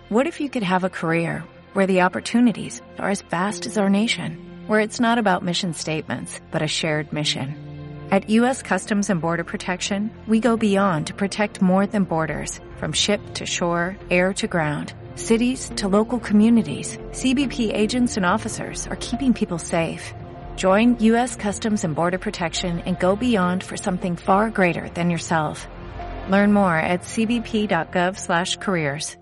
What if you could have a career where the opportunities are as vast as our nation, where it's not about mission statements, but a shared mission? At U.S. Customs and Border Protection, we go beyond to protect more than borders, from ship to shore, air to ground, cities to local communities. CBP agents and officers are keeping people safe. Join U.S. Customs and Border Protection and go beyond for something far greater than yourself. Learn more at cbp.gov/careers.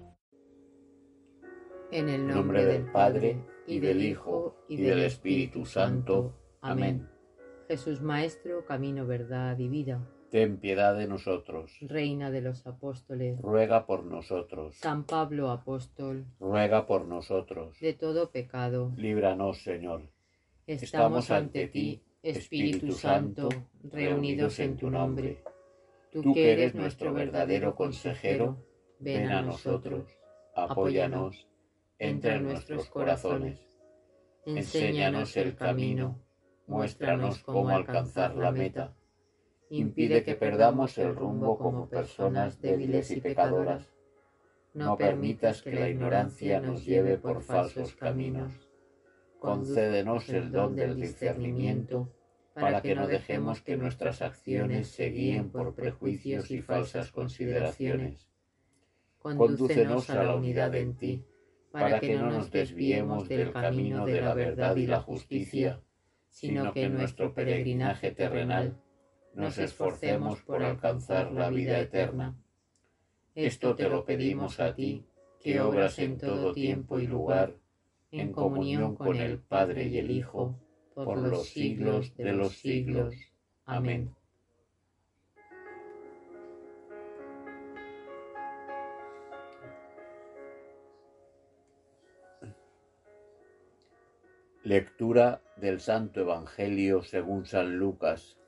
En el nombre del Padre, y del Hijo, y del Espíritu Santo. Amén. Jesús Maestro, camino, verdad y vida. Ten piedad de nosotros. Reina de los apóstoles. Ruega por nosotros. San Pablo Apóstol. Ruega por nosotros. De todo pecado. Líbranos, Señor. Estamos ante ti, Espíritu Santo, reunidos en tu nombre. Tú que eres nuestro verdadero consejero, ven a nosotros, apóyanos, entra en nuestros corazones. Enséñanos el camino, muéstranos cómo alcanzar la meta. Impide que perdamos el rumbo como personas débiles y pecadoras. No permitas que la ignorancia nos lleve por falsos caminos. Concédenos el don del discernimiento, para que no dejemos que nuestras acciones se guíen por prejuicios y falsas consideraciones. Condúcenos a la unidad en ti, para que no nos desviemos del camino de la verdad y la justicia, sino que en nuestro peregrinaje terrenal nos esforcemos por alcanzar la vida eterna. Esto te lo pedimos a ti, que obras en todo tiempo y lugar, en comunión con el Padre y el Hijo, por los siglos de los siglos. Amén. Lectura del Santo Evangelio según San Lucas.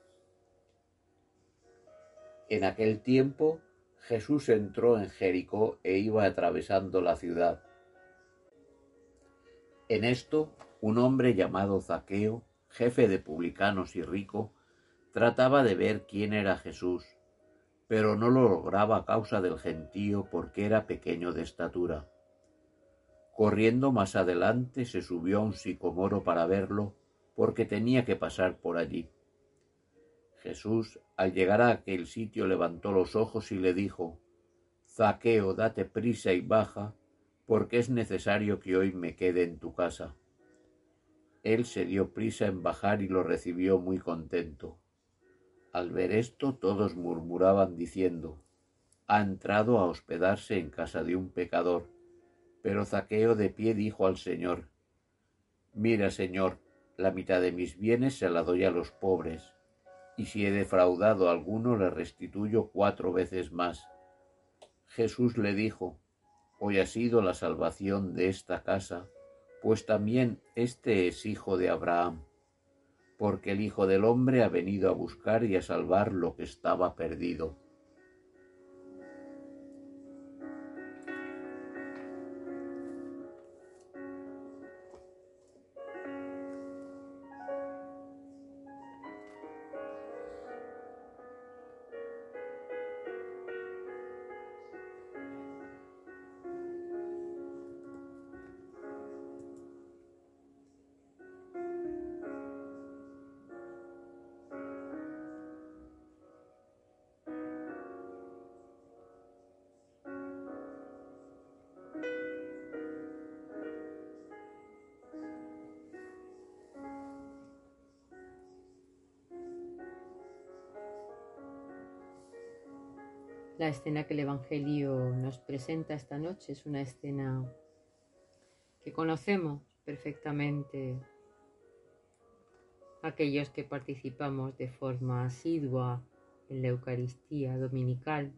En aquel tiempo, Jesús entró en Jericó e iba atravesando la ciudad. En esto, un hombre llamado Zaqueo, jefe de publicanos y rico, trataba de ver quién era Jesús, pero no lo lograba a causa del gentío porque era pequeño de estatura. Corriendo más adelante se subió a un sicomoro para verlo, porque tenía que pasar por allí. Jesús, al llegar a aquel sitio, levantó los ojos y le dijo: «Zaqueo, date prisa y baja, porque es necesario que hoy me quede en tu casa». Él se dio prisa en bajar y lo recibió muy contento. Al ver esto, todos murmuraban diciendo: «Ha entrado a hospedarse en casa de un pecador». Pero Zaqueo de pie dijo al Señor: «Mira, Señor, la mitad de mis bienes se la doy a los pobres, y si he defraudado a alguno le restituyo 4 veces más». Jesús le dijo: «Hoy ha sido la salvación de esta casa, pues también este es hijo de Abraham, porque el Hijo del Hombre ha venido a buscar y a salvar lo que estaba perdido». La escena que el Evangelio nos presenta esta noche es una escena que conocemos perfectamente aquellos que participamos de forma asidua en la Eucaristía dominical.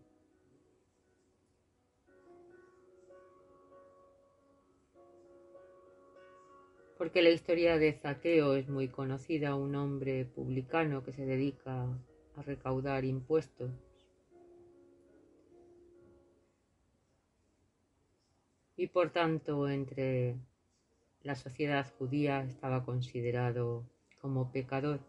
Porque la historia de Zaqueo es muy conocida, un hombre publicano que se dedica a recaudar impuestos. Y por tanto, entre la sociedad judía estaba considerado como pecador.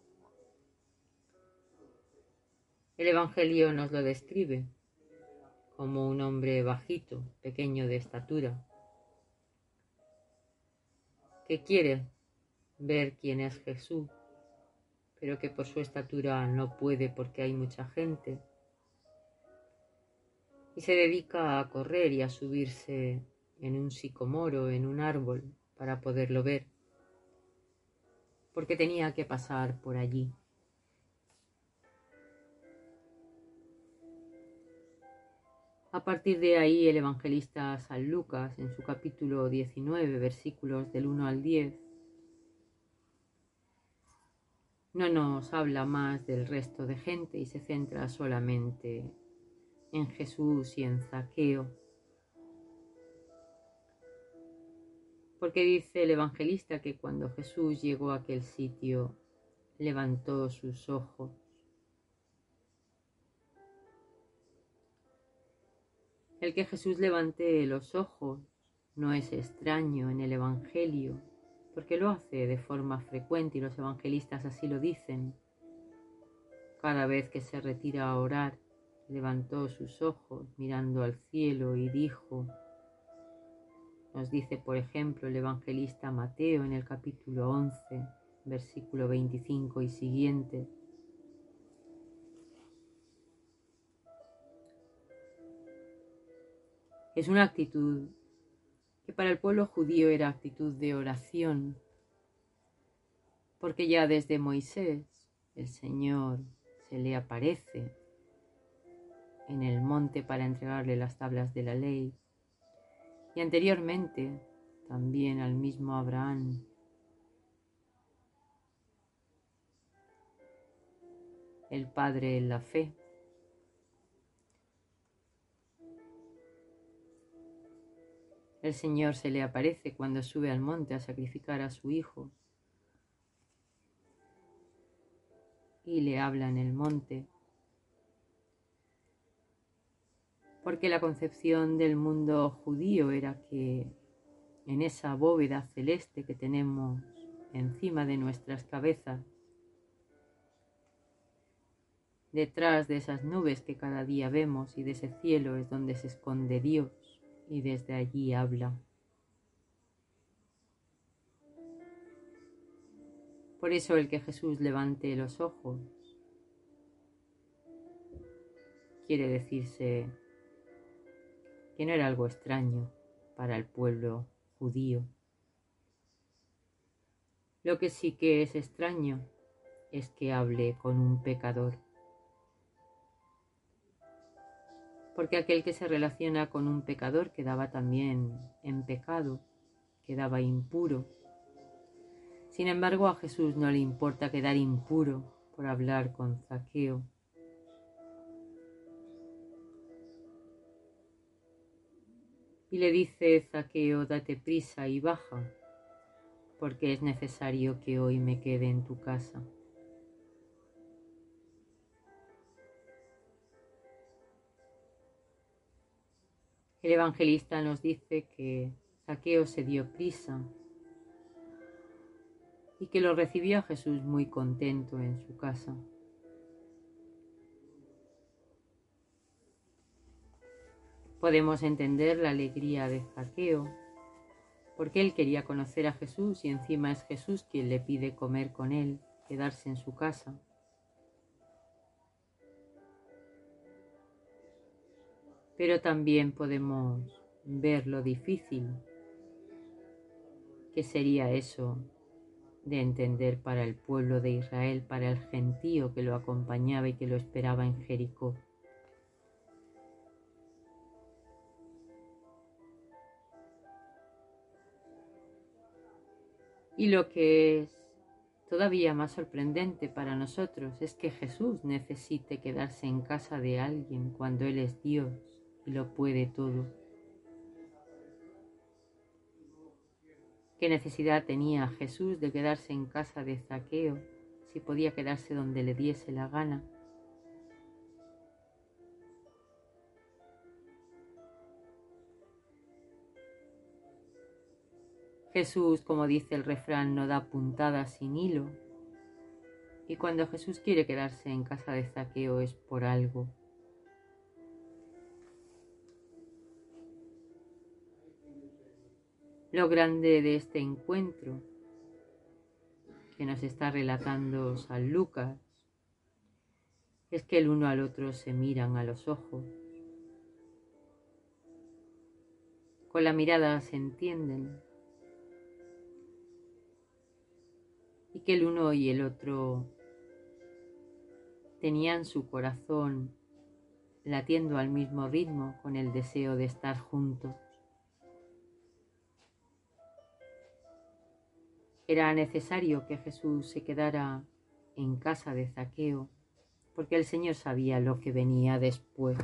El Evangelio nos lo describe como un hombre bajito, pequeño de estatura, que quiere ver quién es Jesús, pero que por su estatura no puede porque hay mucha gente, y se dedica a correr y a subirse en un sicomoro, en un árbol, para poderlo ver, porque tenía que pasar por allí. A partir de ahí, el evangelista San Lucas, en su capítulo 19, versículos del 1 al 10, no nos habla más del resto de gente y se centra solamente en Jesús y en Zaqueo. Porque dice el evangelista que cuando Jesús llegó a aquel sitio, levantó sus ojos. El que Jesús levante los ojos no es extraño en el Evangelio, porque lo hace de forma frecuente y los evangelistas así lo dicen. Cada vez que se retira a orar, levantó sus ojos mirando al cielo y dijo, nos dice por ejemplo el evangelista Mateo en el capítulo 11, versículo 25 y siguiente, es una actitud que para el pueblo judío era actitud de oración, porque ya desde Moisés el Señor se le aparece en el monte para entregarle las tablas de la ley, y anteriormente también al mismo Abraham. El padre en la fe. El Señor se le aparece cuando sube al monte a sacrificar a su hijo y le habla en el monte, porque la concepción del mundo judío era que en esa bóveda celeste que tenemos encima de nuestras cabezas, detrás de esas nubes que cada día vemos y de ese cielo es donde se esconde Dios y desde allí habla. Por eso el que Jesús levante los ojos quiere decirse que no era algo extraño para el pueblo judío. Lo que sí que es extraño es que hable con un pecador. Porque aquel que se relaciona con un pecador quedaba también en pecado, quedaba impuro. Sin embargo, a Jesús no le importa quedar impuro por hablar con Zaqueo. Y le dice Zaqueo, date prisa y baja, porque es necesario que hoy me quede en tu casa. El evangelista nos dice que Zaqueo se dio prisa y que lo recibió a Jesús muy contento en su casa. Podemos entender la alegría de Zaqueo, porque él quería conocer a Jesús y encima es Jesús quien le pide comer con él, quedarse en su casa. Pero también podemos ver lo difícil que sería eso de entender para el pueblo de Israel, para el gentío que lo acompañaba y que lo esperaba en Jericó. Y lo que es todavía más sorprendente para nosotros es que Jesús necesite quedarse en casa de alguien cuando Él es Dios y lo puede todo. ¿Qué necesidad tenía Jesús de quedarse en casa de Zaqueo si podía quedarse donde le diese la gana? Jesús, como dice el refrán, no da puntadas sin hilo. Y cuando Jesús quiere quedarse en casa de Zaqueo es por algo. Lo grande de este encuentro que nos está relatando San Lucas es que el uno al otro se miran a los ojos. Con la mirada se entienden y que el uno y el otro tenían su corazón latiendo al mismo ritmo con el deseo de estar juntos. Era necesario que Jesús se quedara en casa de Zaqueo, porque el Señor sabía lo que venía después.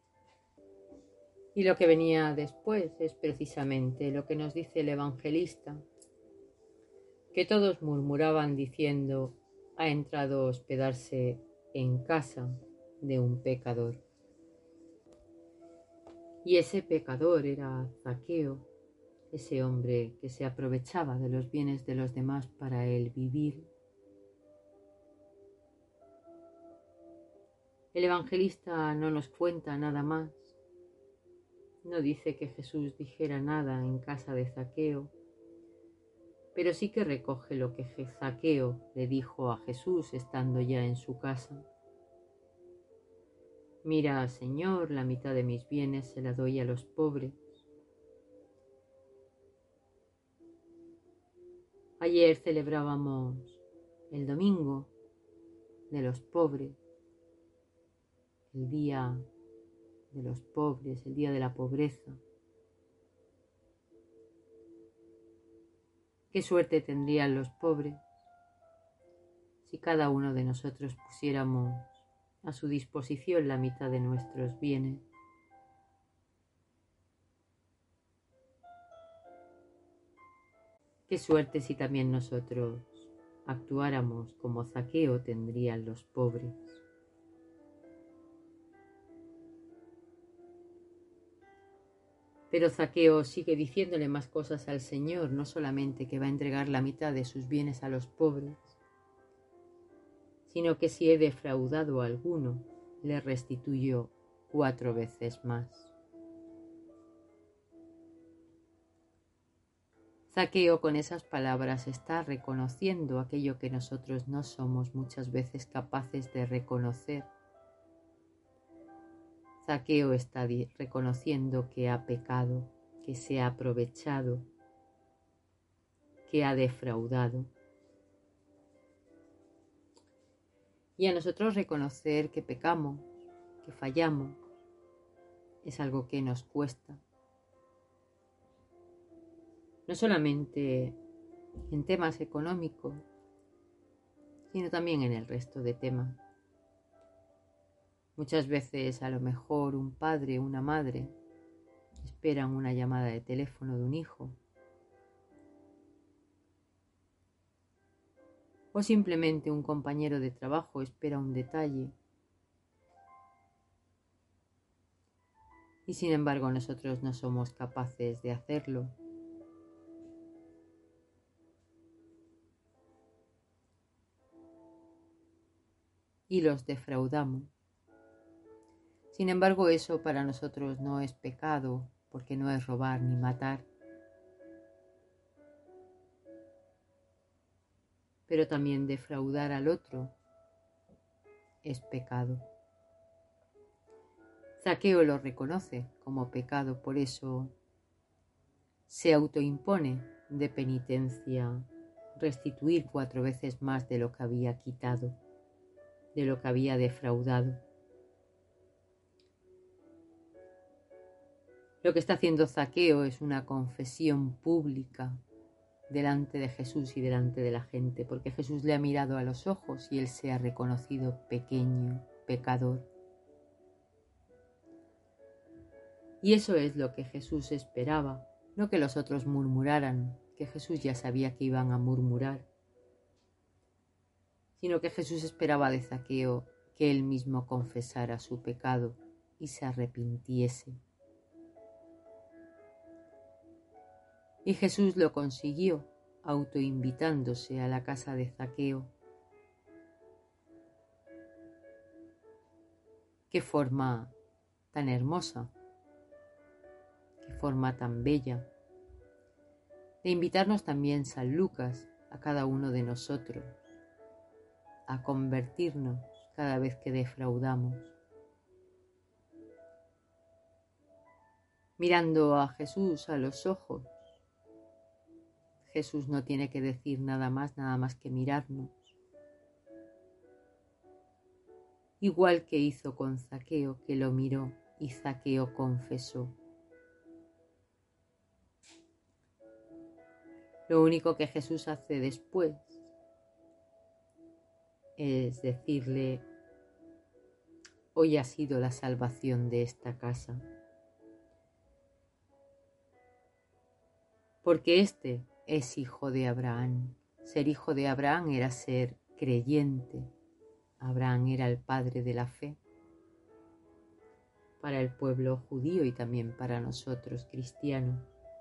Y lo que venía después es precisamente lo que nos dice el evangelista, que todos murmuraban diciendo: ha entrado a hospedarse en casa de un pecador. Y ese pecador era Zaqueo, ese hombre que se aprovechaba de los bienes de los demás para él vivir. El evangelista no nos cuenta nada más. No dice que Jesús dijera nada en casa de Zaqueo, pero sí que recoge lo que Zaqueo le dijo a Jesús estando ya en su casa. Mira, Señor, la mitad de mis bienes se la doy a los pobres. Ayer celebrábamos el domingo de los pobres, el día de los pobres, el día de la pobreza. Qué suerte tendrían los pobres si cada uno de nosotros pusiéramos a su disposición la mitad de nuestros bienes. Qué suerte si también nosotros actuáramos como Zaqueo tendrían los pobres. Pero Zaqueo sigue diciéndole más cosas al Señor, no solamente que va a entregar la mitad de sus bienes a los pobres, sino que si he defraudado a alguno, le restituyo 4 veces más. Zaqueo con esas palabras está reconociendo aquello que nosotros no somos muchas veces capaces de reconocer. Zaqueo está reconociendo que ha pecado, que se ha aprovechado, que ha defraudado. Y a nosotros reconocer que pecamos, que fallamos, es algo que nos cuesta. No solamente en temas económicos, sino también en el resto de temas. Muchas veces a lo mejor un padre o una madre esperan una llamada de teléfono de un hijo, o simplemente un compañero de trabajo espera un detalle. Y sin embargo nosotros no somos capaces de hacerlo. Y los defraudamos. Sin embargo, eso para nosotros no es pecado, porque no es robar ni matar. Pero también defraudar al otro es pecado. Zaqueo lo reconoce como pecado, por eso se autoimpone de penitencia restituir 4 veces más de lo que había quitado, de lo que había defraudado. Lo que está haciendo Zaqueo es una confesión pública delante de Jesús y delante de la gente, porque Jesús le ha mirado a los ojos y él se ha reconocido pequeño, pecador. Y eso es lo que Jesús esperaba, no que los otros murmuraran, que Jesús ya sabía que iban a murmurar, sino que Jesús esperaba de Zaqueo que él mismo confesara su pecado y se arrepintiese. Y Jesús lo consiguió, autoinvitándose a la casa de Zaqueo. Qué forma tan hermosa, qué forma tan bella de invitarnos también San Lucas a cada uno de nosotros a convertirnos cada vez que defraudamos. Mirando a Jesús a los ojos, Jesús no tiene que decir nada más que mirarnos. Igual que hizo con Zaqueo, que lo miró y Zaqueo confesó. Lo único que Jesús hace después es decirle: hoy ha sido la salvación de esta casa. Porque este es hijo de Abraham. Ser hijo de Abraham era ser creyente. Abraham era el padre de la fe para el pueblo judío y también para nosotros cristianos.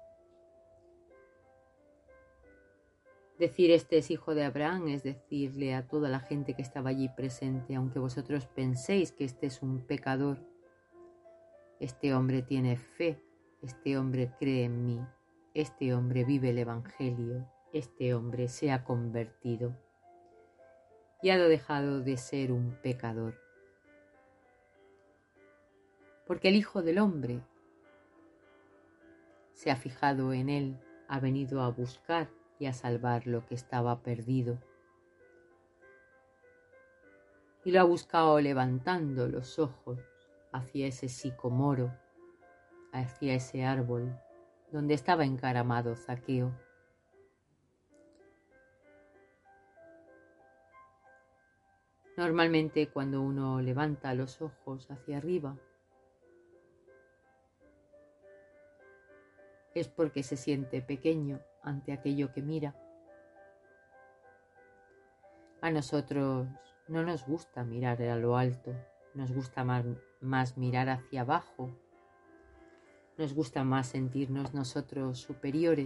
Decir este es hijo de Abraham es decirle a toda la gente que estaba allí presente: aunque vosotros penséis que este es un pecador, este hombre tiene fe, este hombre cree en mí, este hombre vive el Evangelio, este hombre se ha convertido y ha dejado de ser un pecador. Porque el Hijo del Hombre se ha fijado en él, ha venido a buscar y a salvar lo que estaba perdido. Y lo ha buscado levantando los ojos hacia ese sicomoro, hacia ese árbol donde estaba encaramado Zaqueo. Normalmente cuando uno levanta los ojos hacia arriba es porque se siente pequeño ante aquello que mira. A nosotros no nos gusta mirar a lo alto, nos gusta más mirar hacia abajo, nos gusta más sentirnos nosotros superiores.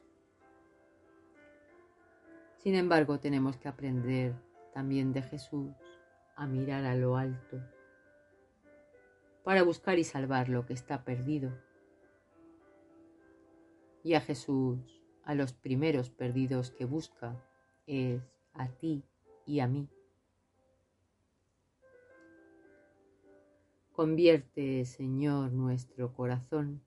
Sin embargo, tenemos que aprender también de Jesús a mirar a lo alto para buscar y salvar lo que está perdido. Y a Jesús, a los primeros perdidos que busca, es a ti y a mí. Convierte, Señor, nuestro corazón.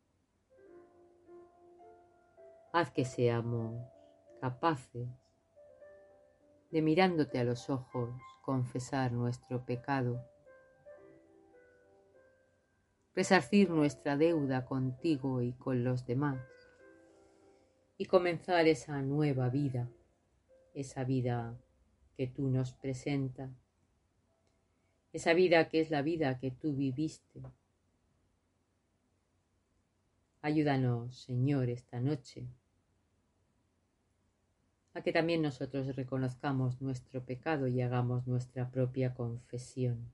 Haz que seamos capaces de, mirándote a los ojos, confesar nuestro pecado, resarcir nuestra deuda contigo y con los demás, y comenzar esa nueva vida, esa vida que tú nos presentas, esa vida que es la vida que tú viviste. Ayúdanos, Señor, esta noche a que también nosotros reconozcamos nuestro pecado y hagamos nuestra propia confesión.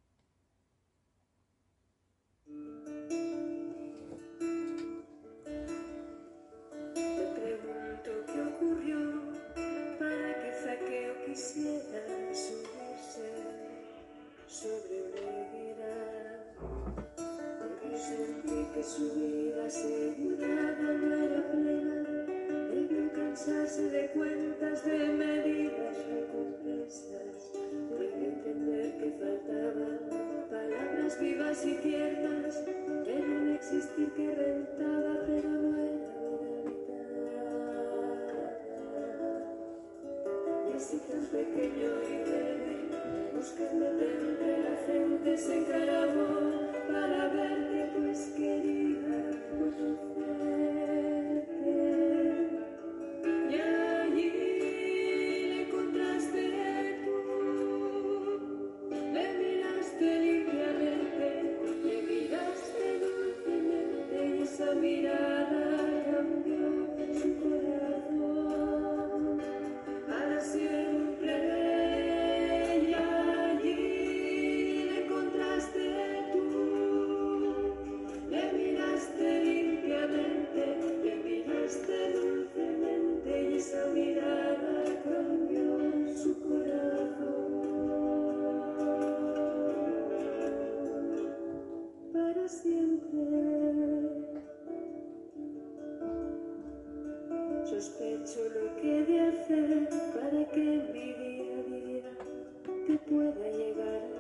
Quisiera subirse sobre una higuera, porque sentí que su vida asegurada no era plena, debió cansarse de cuentas, de medidas, recompensas, debí entender que faltaban palabras vivas y tiernas, en un existir que rentaba pero no era así tan pequeño y débil, buscándote entre la gente se encaramó para verte, pues quería conocerte. Y allí le encontraste tú, le miraste limpiamente, le miraste dulcemente y esa mirada cambió su corazón para siempre. Y allí le encontraste tú, le miraste limpiamente. sospecho lo que he de hacer para que en mi día a día te pueda llegar a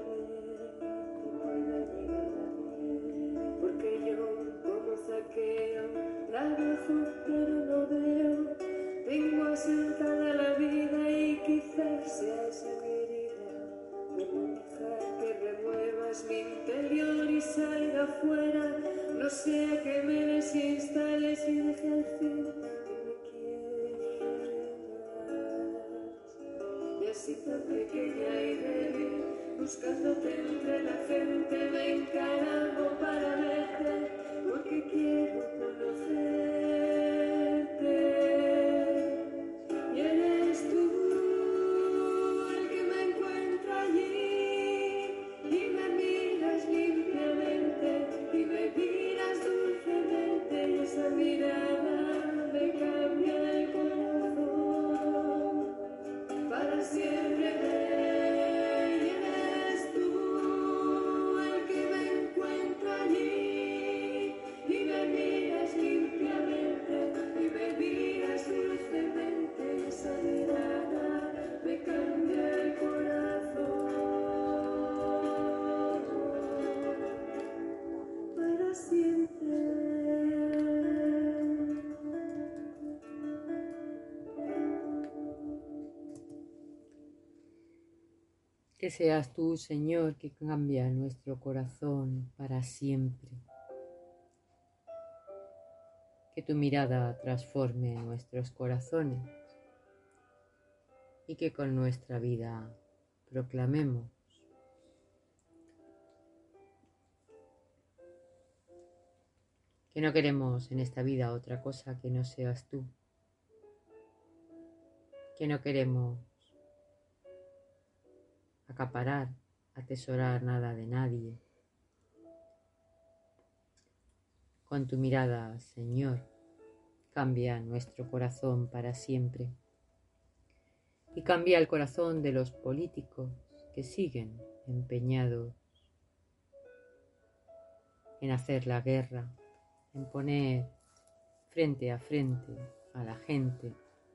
ver, porque yo como Zaqueo trabajo pero no veo, tengo asentada la vida y quizás sea esa mi herida, pero dejar que remuevas mi interior y salga afuera, no sea que me desinstales y deje al fin que me quieras. Y así tan pequeña y débil, buscándote entre la gente, me encaramo para verte, porque quiero conocerte. Y eres tú el que me encuentra allí, y me miras limpiamente, y me miras dulcemente, y esa mirada me cambia el corazón para siempre. Y eres tú el que me encuentra allí, y me miras limpiamente, y me miras dulcemente, y esa mirada me cambia el corazón para siempre. Que seas tú, Señor, que cambia nuestro corazón para siempre. Que tu mirada transforme nuestros corazones y que con nuestra vida proclamemos que no queremos en esta vida otra cosa que no seas tú. Que no queremos acaparar, atesorar nada de nadie. Con tu mirada, Señor, cambia nuestro corazón para siempre. Y cambia el corazón de los políticos que siguen empeñados en hacer la guerra, en poner frente a frente a la gente.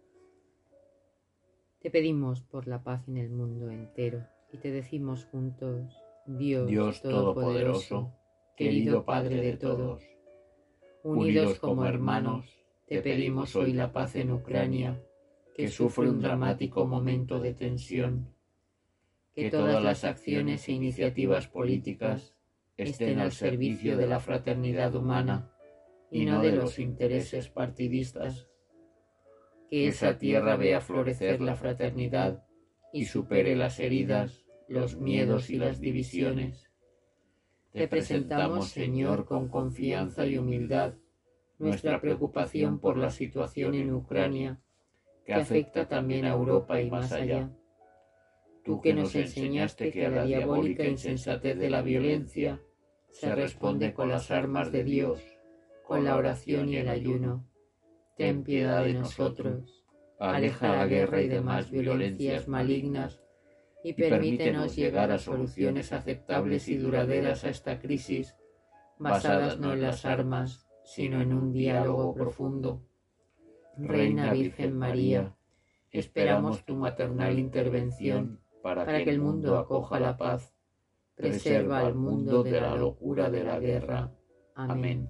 Te pedimos por la paz en el mundo entero y te decimos juntos, Dios Todopoderoso, querido Padre de todos, unidos como hermanos, te pedimos hoy la paz en Ucrania, que sufre un dramático momento de tensión, que todas las acciones e iniciativas políticas estén al servicio de la fraternidad humana y no de los intereses partidistas, que esa tierra vea florecer la fraternidad y supere las heridas, los miedos y las divisiones. Te presentamos, Señor, con confianza y humildad, nuestra preocupación por la situación en Ucrania, que afecta también a Europa y más allá. Tú que nos enseñaste que a la diabólica insensatez de la violencia se responde con las armas de Dios, con la oración y el ayuno. Ten piedad de nosotros, aleja la guerra y demás violencias malignas y permítenos llegar a soluciones aceptables y duraderas a esta crisis, basadas no en las armas, sino en un diálogo profundo. Reina Virgen María, esperamos tu maternal intervención para que el mundo acoja la paz. Preserva al mundo de la locura de la guerra. Amén.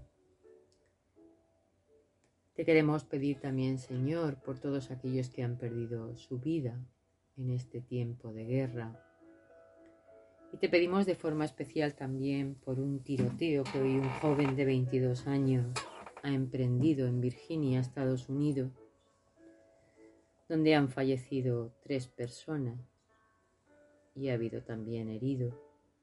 Te queremos pedir también, Señor, por todos aquellos que han perdido su vida en este tiempo de guerra. Y te pedimos de forma especial también por un tiroteo que hoy un joven de 22 años ha emprendido en Virginia, Estados Unidos, donde han fallecido 3 personas y ha habido también heridos,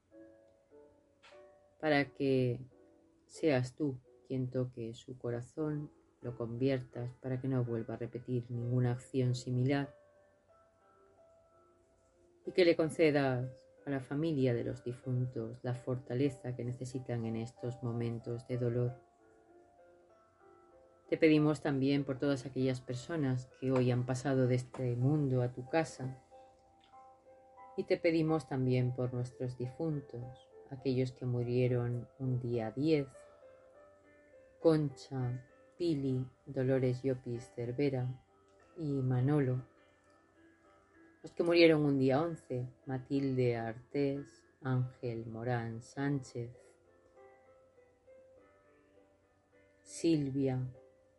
para que seas tú quien toque su corazón, lo conviertas para que no vuelva a repetir ninguna acción similar y que le concedas a la familia de los difuntos la fortaleza que necesitan en estos momentos de dolor. Te pedimos también por todas aquellas personas que hoy han pasado de este mundo a tu casa y te pedimos también por nuestros difuntos, aquellos que murieron un día 10, Concha, Pili, Dolores Llopis Cervera y Manolo. Los que murieron un día 11, Matilde Artés, Ángel Morán Sánchez, Silvia,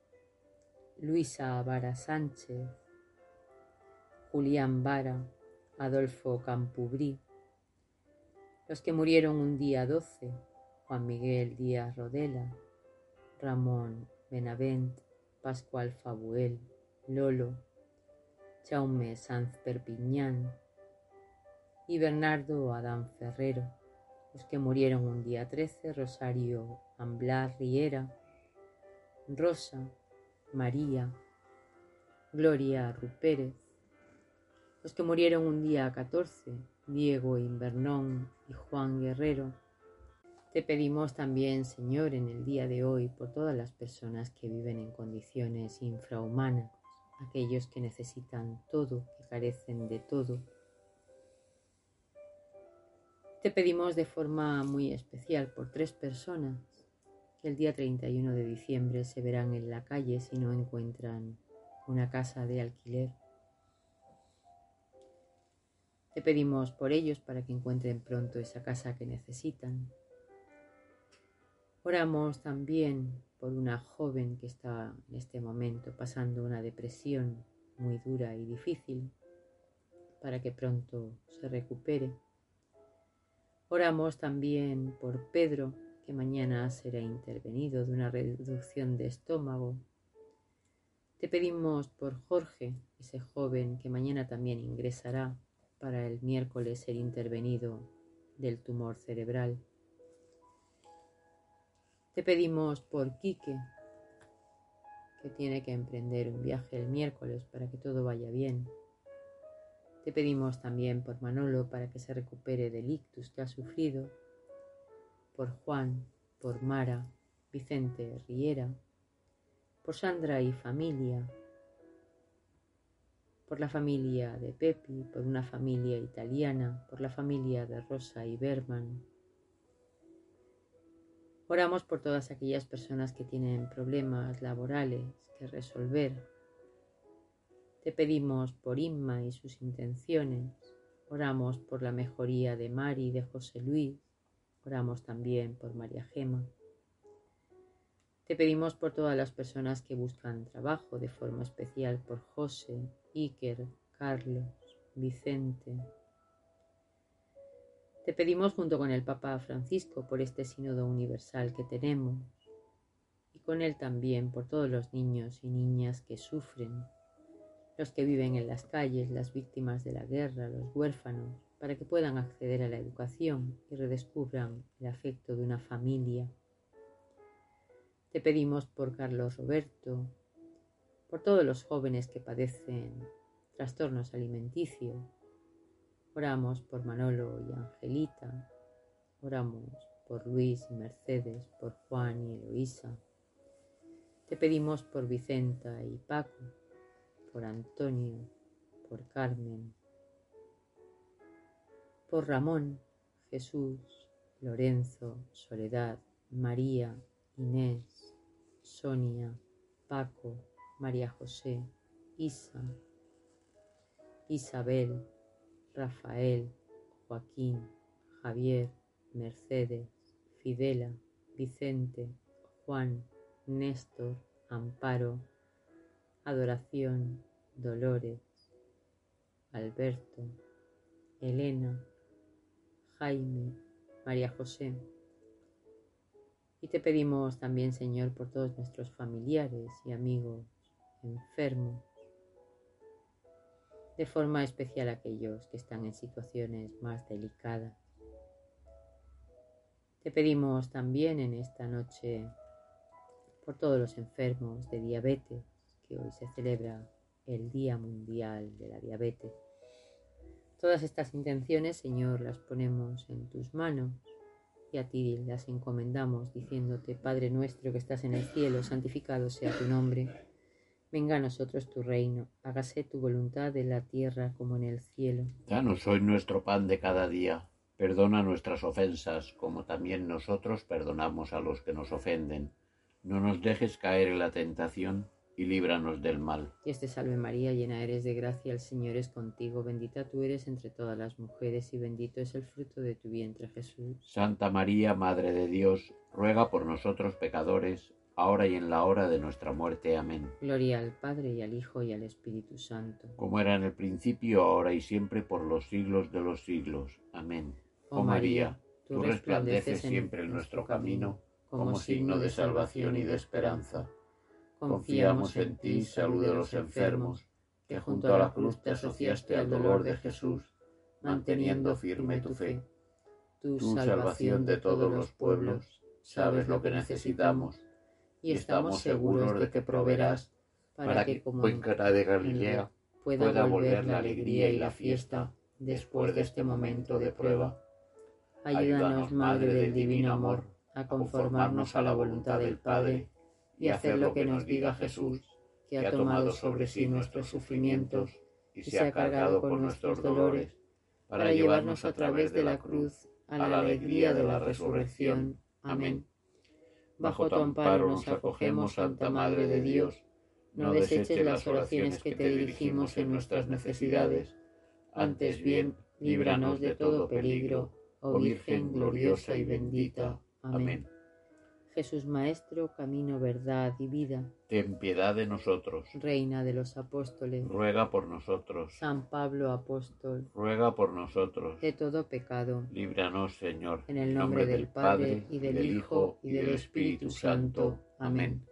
Luisa Vara Sánchez, Julián Vara, Adolfo Campubrí. Los que murieron un día 12, Juan Miguel Díaz Rodela, Ramón Benavent, Pascual Fabuel, Lolo, Jaume Sanz Perpiñán y Bernardo Adán Ferrero. Los que murieron un día 13, Rosario Amblar Riera, Rosa, María, Gloria Rupérez. Los que murieron un día 14, Diego Invernón y Juan Guerrero. Te pedimos también, Señor, en el día de hoy, por todas las personas que viven en condiciones infrahumanas, aquellos que necesitan todo, que carecen de todo. Te pedimos de forma muy especial por 3 personas que el día 31 de diciembre se verán en la calle si no encuentran una casa de alquiler. Te pedimos por ellos para que encuentren pronto esa casa que necesitan. Oramos también por una joven que está en este momento pasando una depresión muy dura y difícil, para que pronto se recupere. Oramos también por Pedro, que mañana será intervenido de una reducción de estómago. Te pedimos por Jorge, ese joven que mañana también ingresará para el miércoles ser intervenido del tumor cerebral. Te pedimos por Quique, que tiene que emprender un viaje el miércoles para que todo vaya bien. Te pedimos también por Manolo para que se recupere del ictus que ha sufrido, por Juan, por Mara, Vicente Riera, por Sandra y familia, por la familia de Pepi, por una familia italiana, por la familia de Rosa y Berman. Oramos por todas aquellas personas que tienen problemas laborales que resolver. Te pedimos por Inma y sus intenciones. Oramos por la mejoría de Mari y de José Luis. Oramos también por María Gema. Te pedimos por todas las personas que buscan trabajo, de forma especial por José, Iker, Carlos, Vicente. Te pedimos junto con el Papa Francisco por este sínodo universal que tenemos y con él también por todos los niños y niñas que sufren, los que viven en las calles, las víctimas de la guerra, los huérfanos, para que puedan acceder a la educación y redescubran el afecto de una familia. Te pedimos por Carlos Roberto, por todos los jóvenes que padecen trastornos alimenticios. Oramos por Manolo y Angelita, oramos por Luis y Mercedes, por Juan y Eloísa. Te pedimos por Vicenta y Paco, por Antonio, por Carmen, por Ramón, Jesús, Lorenzo, Soledad, María, Inés, Sonia, Paco, María José, Isa, Isabel, Rafael, Joaquín, Javier, Mercedes, Fidela, Vicente, Juan, Néstor, Amparo, Adoración, Dolores, Alberto, Elena, Jaime, María José. Y te pedimos también, Señor, por todos nuestros familiares y amigos enfermos, de forma especial aquellos que están en situaciones más delicadas. Te pedimos también en esta noche por todos los enfermos de diabetes, que hoy se celebra el Día Mundial de la Diabetes. Todas estas intenciones, Señor, las ponemos en tus manos y a ti las encomendamos diciéndote: Padre nuestro que estás en el cielo, santificado sea tu nombre. Venga a nosotros tu reino, hágase tu voluntad en la tierra como en el cielo. Danos hoy nuestro pan de cada día. Perdona nuestras ofensas, como también nosotros perdonamos a los que nos ofenden. No nos dejes caer en la tentación, y líbranos del mal. Dios te salve María, llena eres de gracia, el Señor es contigo, bendita tú eres entre todas las mujeres, y bendito es el fruto de tu vientre, Jesús. Santa María, Madre de Dios, ruega por nosotros pecadores, ahora y en la hora de nuestra muerte. Amén. Gloria al Padre, y al Hijo, y al Espíritu Santo. Como era en el principio, ahora y siempre, por los siglos de los siglos. Amén. Oh María, tú resplandeces siempre en nuestro camino, como signo de salvación y de esperanza. Confiamos en ti, salud de los enfermos, que junto a la cruz te asociaste al dolor de Jesús, manteniendo firme tu fe. Tú, salvación de todos los pueblos, sabes lo que necesitamos, y estamos seguros de que proveerás para que, como en Cana de Galilea, pueda volver la alegría y la fiesta después de este momento de prueba. Ayúdanos, Madre del Divino Amor, a conformarnos a la voluntad del Padre y hacer lo que nos diga Jesús, que ha tomado sobre sí nuestros sufrimientos y se ha cargado con nuestros dolores, para llevarnos a través de la cruz a la alegría de la resurrección. Amén. Bajo tu amparo nos acogemos, Santa Madre de Dios. No deseches las oraciones que te dirigimos en nuestras necesidades. Antes bien, líbranos de todo peligro, oh Virgen gloriosa y bendita. Amén. Jesús Maestro, camino, verdad y vida. Ten piedad de nosotros. Reina de los apóstoles. Ruega por nosotros. San Pablo Apóstol. Ruega por nosotros. De todo pecado. Líbranos, Señor. En el nombre del Padre, y del Hijo, y del Espíritu Santo. Amén.